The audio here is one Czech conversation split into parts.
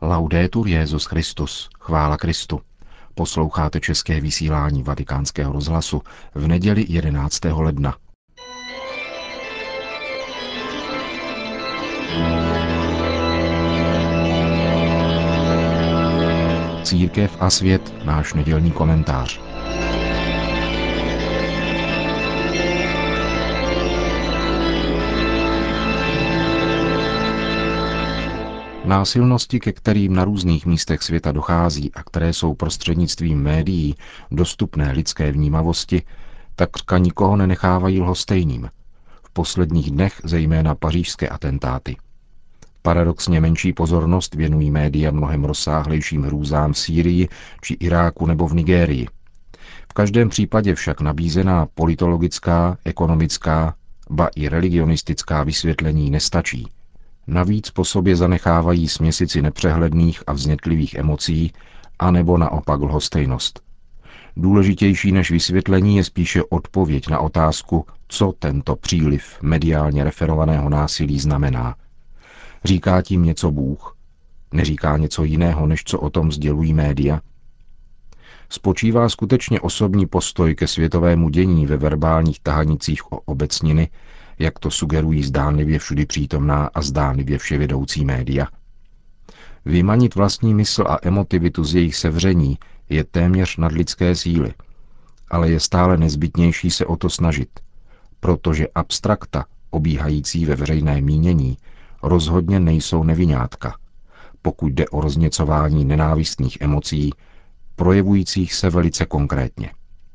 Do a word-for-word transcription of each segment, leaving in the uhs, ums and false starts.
Laudetur Jesus Christus, chvála Kristu. Posloucháte české vysílání Vatikánského rozhlasu v neděli jedenáctého ledna. Církev a svět, náš nedělní komentář. Násilnosti, ke kterým na různých místech světa dochází a které jsou prostřednictvím médií dostupné lidské vnímavosti, takřka nikoho nenechávají lhostejným. V posledních dnech zejména pařížské atentáty. Paradoxně menší pozornost věnují média mnohem rozsáhlejším hrůzám v Sýrii či Iráku nebo v Nigérii. V každém případě však nabízená politologická, ekonomická, ba i religionistická vysvětlení nestačí. Navíc po sobě zanechávají směsici nepřehledných a vznětlivých emocí, anebo naopak lhostejnost. Důležitější než vysvětlení je spíše odpověď na otázku, co tento příliv mediálně referovaného násilí znamená. Říká tím něco Bůh? Neříká něco jiného, než co o tom sdělují média? Spočívá skutečně osobní postoj ke světovému dění ve verbálních tahanicích o obecniny, jak to sugerují zdánlivě všudy přítomná a zdánlivě vševědoucí média? Vymanit vlastní mysl a emotivitu z jejich sevření je téměř nadlidské síly, ale je stále nezbytnější se o to snažit, protože abstrakta, obíhající ve veřejné mínění, rozhodně nejsou neviňátka, pokud jde o rozněcování nenávistných emocí, projevujících se velice konkrétně.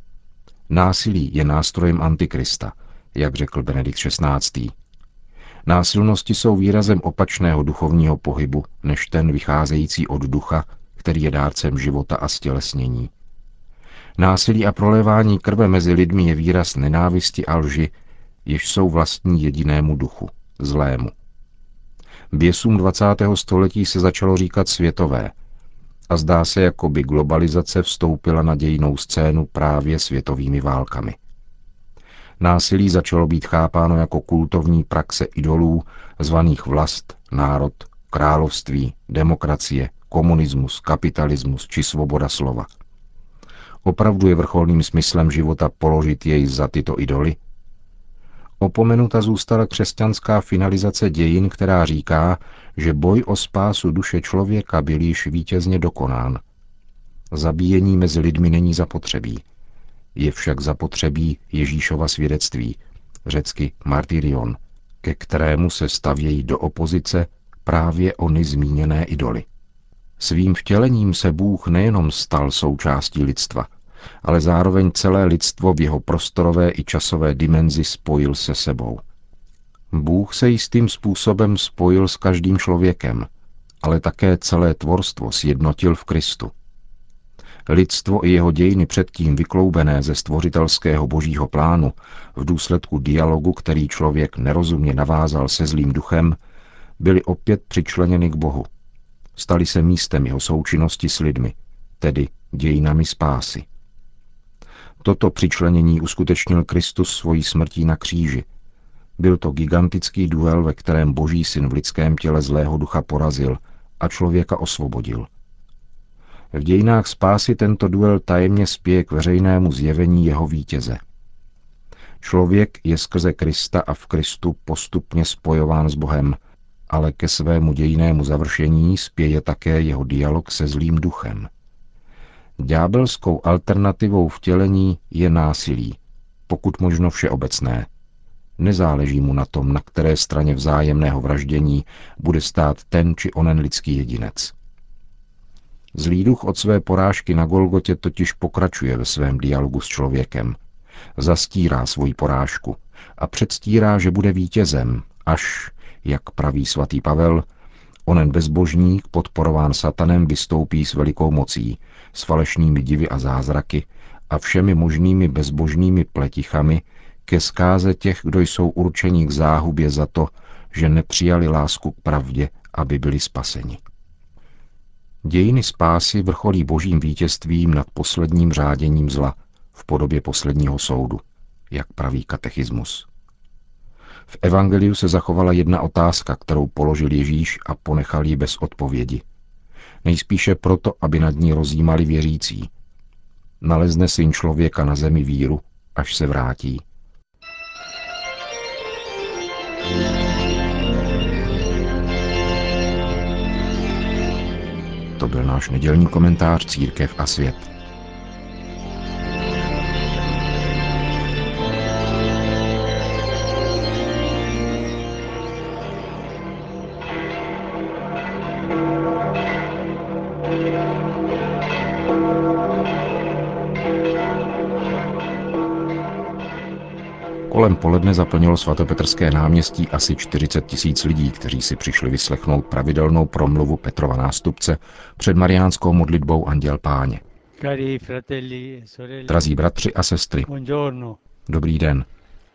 Násilí je nástrojem Antikrista, jak řekl Benedikt šestnáctý. Násilnosti jsou výrazem opačného duchovního pohybu, než ten vycházející od ducha, který je dárcem života a stělesnění. Násilí a prolévání krve mezi lidmi je výraz nenávisti a lži, jež jsou vlastní jedinému duchu, zlému. Běsům dvacátého století se začalo říkat světové a zdá se, jako by globalizace vstoupila na dějinnou scénu právě světovými válkami. Násilí začalo být chápáno jako kultovní praxe idolů, zvaných vlast, národ, království, demokracie, komunismus, kapitalismus či svoboda slova. Opravdu je vrcholným smyslem života položit jej za tyto idoly? Opomenuta zůstala křesťanská finalizace dějin, která říká, že boj o spásu duše člověka byl již vítězně dokonán. Zabíjení mezi lidmi není zapotřebí. Je však zapotřebí Ježíšova svědectví, řecky martyrion, ke kterému se stavějí do opozice právě ony zmíněné idoly. Svým vtělením se Bůh nejenom stal součástí lidstva, ale zároveň celé lidstvo v jeho prostorové i časové dimenzi spojil se sebou. Bůh se jistým způsobem spojil s každým člověkem, ale také celé tvorstvo sjednotil v Kristu. Lidstvo i jeho dějiny předtím vykloubené ze stvořitelského božího plánu v důsledku dialogu, který člověk nerozumně navázal se zlým duchem, byly opět přičleněny k Bohu. Staly se místem jeho součinnosti s lidmi, tedy dějinami spásy. Toto přičlenění uskutečnil Kristus svojí smrtí na kříži. Byl to gigantický duel, ve kterém Boží syn v lidském těle zlého ducha porazil a člověka osvobodil. V dějinách spásy tento duel tajemně spěje k veřejnému zjevení jeho vítěze. Člověk je skrze Krista a v Kristu postupně spojován s Bohem, ale ke svému dějinnému završení spěje také jeho dialog se zlým duchem. Ďábelskou alternativou vtělení je násilí, pokud možno všeobecné. Nezáleží mu na tom, na které straně vzájemného vraždění bude stát ten či onen lidský jedinec. Zlý duch od své porážky na Golgotě totiž pokračuje ve svém dialogu s člověkem. Zastírá svoji porážku a předstírá, že bude vítězem, až, jak praví svatý Pavel, onen bezbožník, podporován satanem, vystoupí s velikou mocí, s falešnými divy a zázraky a všemi možnými bezbožnými pletichami ke zkáze těch, kdo jsou určeni k záhubě za to, že nepřijali lásku k pravdě, aby byli spaseni. Dějiny spásy vrcholí božím vítězstvím nad posledním řáděním zla v podobě posledního soudu, jak praví katechismus. V evangeliu se zachovala jedna otázka, kterou položil Ježíš a ponechal ji bez odpovědi. nejspíše proto, aby nad ní rozjímali věřící. Nalezne syn člověka na zemi víru, až se vrátí. To byl náš nedělní komentář Církev a svět. Kolem poledne zaplnilo svatopetrské náměstí asi čtyřicet tisíc lidí, kteří si přišli vyslechnout pravidelnou promluvu Petrova nástupce před mariánskou modlitbou Anděl Páně. Drazí bratři a sestry, dobrý den.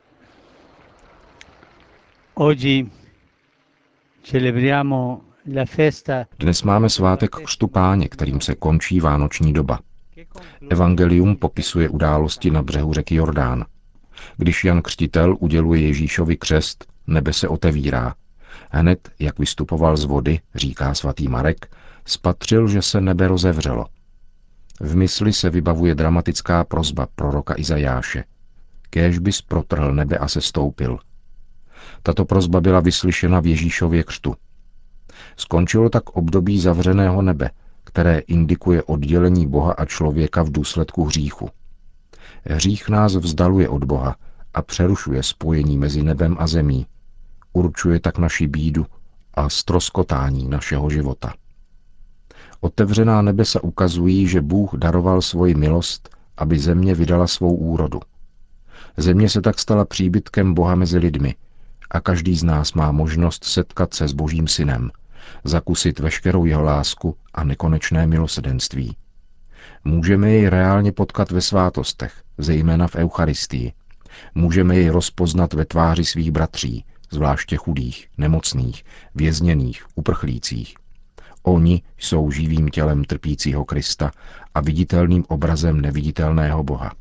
Dnes máme svátek Křtu Páně, kterým se končí vánoční doba. Evangelium popisuje události na břehu řeky Jordán. Když Jan Křtitel uděluje Ježíšovi křest, nebe se otevírá. Hned, jak vystupoval z vody, říká svatý Marek, spatřil, že se nebe rozevřelo. V mysli se vybavuje dramatická prosba proroka Izajáše. Kéž bys protrhl nebe a sestoupil. Tato prosba byla vyslyšena v Ježíšově křtu. Skončilo tak období zavřeného nebe, které indikuje oddělení Boha a člověka v důsledku hříchu. Hřích nás vzdaluje od Boha a přerušuje spojení mezi nebem a zemí. Určuje tak naši bídu a ztroskotání našeho života. Otevřená nebesa ukazují, že Bůh daroval svoji milost, aby země vydala svou úrodu. Země se tak stala příbytkem Boha mezi lidmi a každý z nás má možnost setkat se s Božím synem, zakusit veškerou jeho lásku a nekonečné milosrdenství. Můžeme jej reálně potkat ve svátostech, zejména v Eucharistii. Můžeme jej rozpoznat ve tváři svých bratří, zvláště chudých, nemocných, vězněných, uprchlících. Oni jsou živým tělem trpícího Krista a viditelným obrazem neviditelného Boha.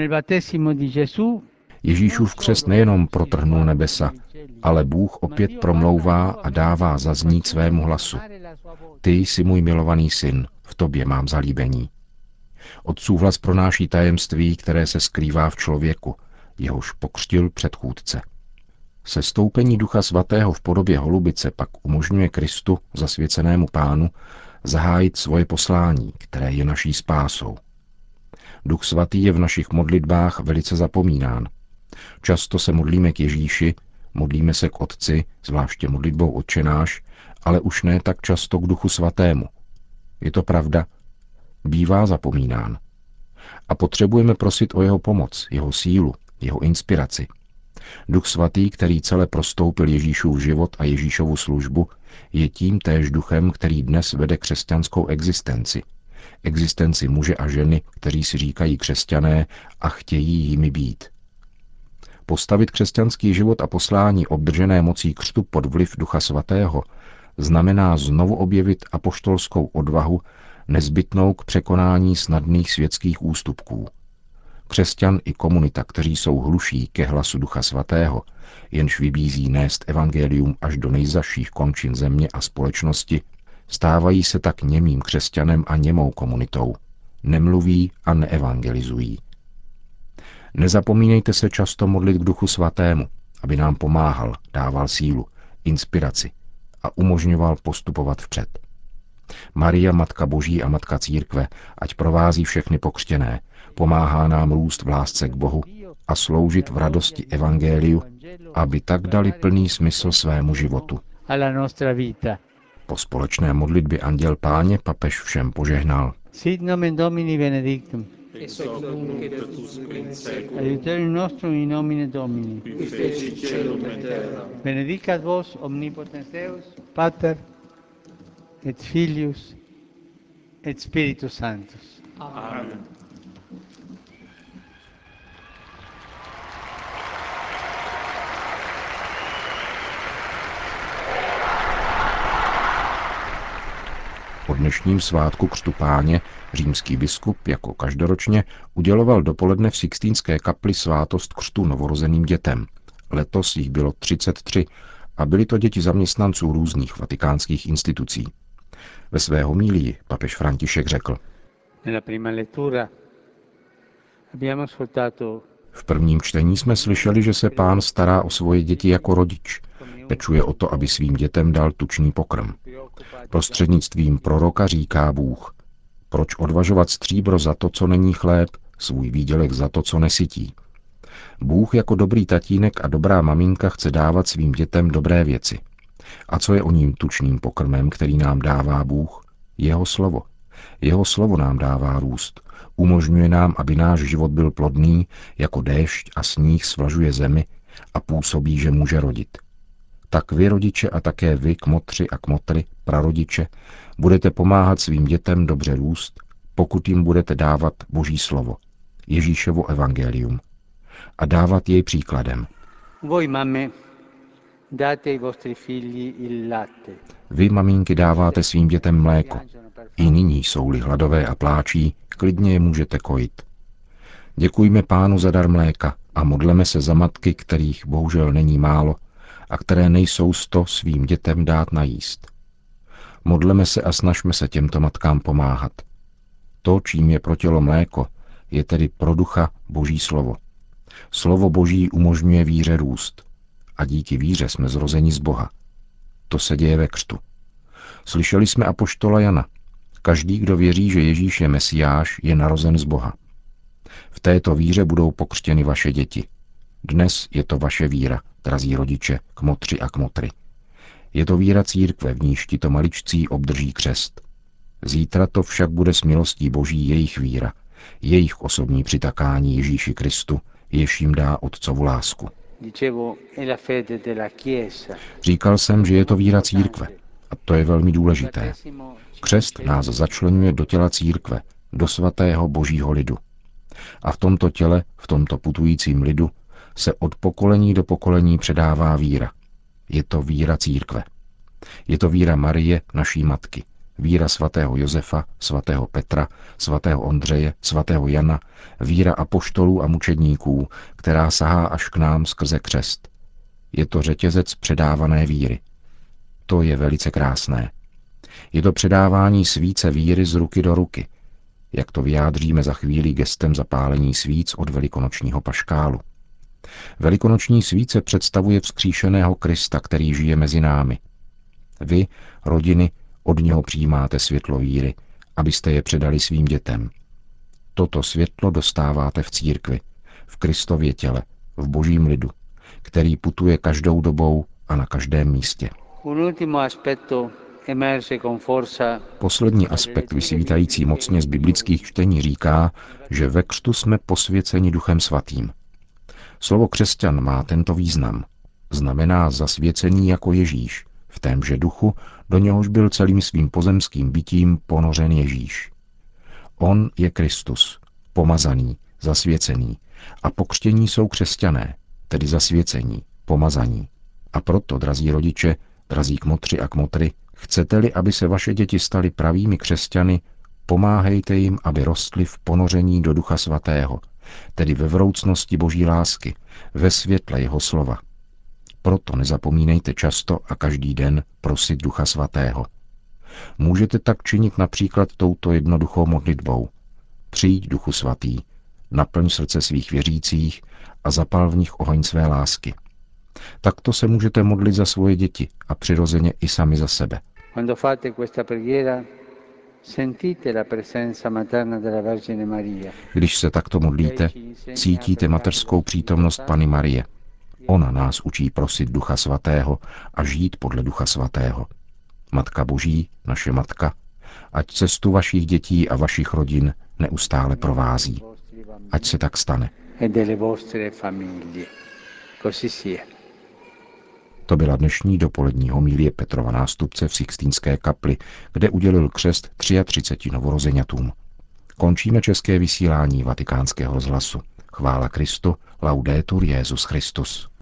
Ježíšův křest nejenom protrhnul nebesa, ale Bůh opět promlouvá a dává zaznít svému hlasu. Ty jsi můj milovaný syn, v tobě mám zalíbení. Otcův hlas pronáší tajemství, které se skrývá v člověku, jehož pokřtil předchůdce. Sestoupení Ducha Svatého v podobě holubice pak umožňuje Kristu, zasvěcenému Pánu, zahájit svoje poslání, které je naší spásou. Duch Svatý je v našich modlitbách velice zapomínán. Často se modlíme k Ježíši, modlíme se k Otci, zvláště modlitbou Otčenáš, ale už ne tak často k Duchu Svatému. Je to pravda? Bývá zapomínán. A potřebujeme prosit o jeho pomoc, jeho sílu, jeho inspiraci. Duch Svatý, který celé prostoupil Ježíšův život a Ježíšovu službu, je tím též duchem, který dnes vede křesťanskou existenci. Existenci muže a ženy, kteří si říkají křesťané a chtějí jimi být. Postavit křesťanský život a poslání obdržené mocí křtu pod vliv Ducha Svatého znamená znovu objevit apoštolskou odvahu nezbytnou k překonání snadných světských ústupků. Křesťan i komunita, kteří jsou hluší ke hlasu Ducha Svatého, jenž vybízí nést evangelium až do nejzazších končin země a společnosti, stávají se tak němým křesťanem a němou komunitou. Nemluví a neevangelizují. Nezapomínejte se často modlit k Duchu Svatému, aby nám pomáhal, dával sílu, inspiraci a umožňoval postupovat vpřed. Maria, Matka Boží a Matka Církve, ať provází všechny pokřtěné, pomáhá nám růst v lásce k Bohu a sloužit v radosti evangeliu, aby tak dali plný smysl svému životu. Po společné modlitbě Anděl Páně papež všem požehnal. Sit nomen Domini benedictum. Ex hoc nunc et usque in seculum. Aiuterium nostrum in nomine Domini. Qui feci caelum et terra. Benedicat vos omnipotens Deus, Pater et Filius et Spiritus Sanctus. Amen. Po dnešním svátku Křtu Páně římský biskup jako každoročně uděloval dopoledne v Sixtínské kapli svátost křtu novorozeným dětem. Letos jich bylo třicet tři a byly to děti zaměstnanců různých vatikánských institucí. Ve své homílii papež František řekl: v prvním čtení jsme slyšeli, že se Pán stará o svoje děti jako rodič. Pečuje o to, aby svým dětem dal tučný pokrm. Prostřednictvím proroka říká Bůh: proč odvažovat stříbro za to, co není chléb, svůj výdělek za to, co nesytí? Bůh jako dobrý tatínek a dobrá maminka chce dávat svým dětem dobré věci. A co je o ním tučným pokrmem, který nám dává Bůh? Jeho slovo. Jeho slovo nám dává růst. Umožňuje nám, aby náš život byl plodný, jako déšť a sníh svlažuje zemi a působí, že může rodit. Tak vy, rodiče, a také vy, kmotři a kmotry, prarodiče, budete pomáhat svým dětem dobře růst, pokud jim budete dávat Boží slovo, Ježíšovo evangelium, a dávat jej příkladem. Vy, maminky, dáváte svým dětem mléko. I nyní jsou-li hladové a pláčí, klidně je můžete kojit. Děkujme Pánu za dar mléka a modleme se za matky, kterých bohužel není málo a které nejsou sto svým dětem dát najíst. Modleme se a snažme se těmto matkám pomáhat. To, čím je pro tělo mléko, je tedy pro ducha Boží slovo. Slovo Boží umožňuje víře růst. A díky víře jsme zrozeni z Boha. To se děje ve křtu. Slyšeli jsme apoštola Jana. Každý, kdo věří, že Ježíš je Mesiáš, je narozen z Boha. V této víře budou pokřtěny vaše děti. Dnes je to vaše víra, drazí rodiče, kmotři a kmotry. Je to víra církve, v níž tito maličcí obdrží křest. Zítra to však bude s milostí Boží jejich víra, jejich osobní přitakání Ježíši Kristu, jež jim dá otcovu lásku. Říkal jsem, že je to víra církve. A to je velmi důležité. Křest nás začleňuje do těla církve, do svatého Božího lidu. A v tomto těle, v tomto putujícím lidu, se od pokolení do pokolení předává víra. Je to víra církve. Je to víra Marie, naší matky. Víra svatého Josefa, svatého Petra, svatého Ondřeje, svatého Jana, víra apoštolů a mučedníků, která sahá až k nám skrze křest. Je to řetězec předávané víry. To je velice krásné. Je to předávání svíce víry z ruky do ruky, jak to vyjádříme za chvíli gestem zapálení svíc od velikonočního paškálu. Velikonoční svíce představuje vzkříšeného Krista, který žije mezi námi. Vy, rodiny, od něho přijímáte světlo víry, abyste je předali svým dětem. Toto světlo dostáváte v církvi, v Kristově těle, v Božím lidu, který putuje každou dobou a na každém místě. Poslední aspekt vysvítající mocně z biblických čtení říká, že ve křtu jsme posvěceni Duchem Svatým. Slovo křesťan má tento význam. Znamená zasvěcený jako Ježíš, v témže duchu, do něhož byl celým svým pozemským bytím ponořen Ježíš. On je Kristus, pomazaný, zasvěcený, a pokřtění jsou křesťané, tedy zasvěcení, pomazaní. A proto, drazí rodiče, drazí kmotři a kmotry, chcete-li, aby se vaše děti staly pravými křesťany, pomáhejte jim, aby rostly v ponoření do Ducha Svatého, tedy ve vroucnosti Boží lásky, ve světle jeho slova. Proto nezapomínejte často a každý den prosit Ducha Svatého. Můžete tak činit například touto jednoduchou modlitbou. Přijď, Duchu Svatý, naplň srdce svých věřících a zapal v nich oheň své lásky. Takto se můžete modlit za svoje děti a přirozeně i sami za sebe. Když se takto modlíte, cítíte mateřskou přítomnost Panny Marie. Ona nás učí prosit Ducha Svatého a žít podle Ducha Svatého. Matka Boží, naše matka, ať cestu vašich dětí a vašich rodin neustále provází. Ať se tak stane. To byla dnešní dopolední homilie Petrova nástupce v Sixtínské kapli, kde udělil křest třiatřiceti novorozeňatům. Končíme české vysílání Vatikánského rozhlasu. Chvála Kristu, laudetur Jesus Christus.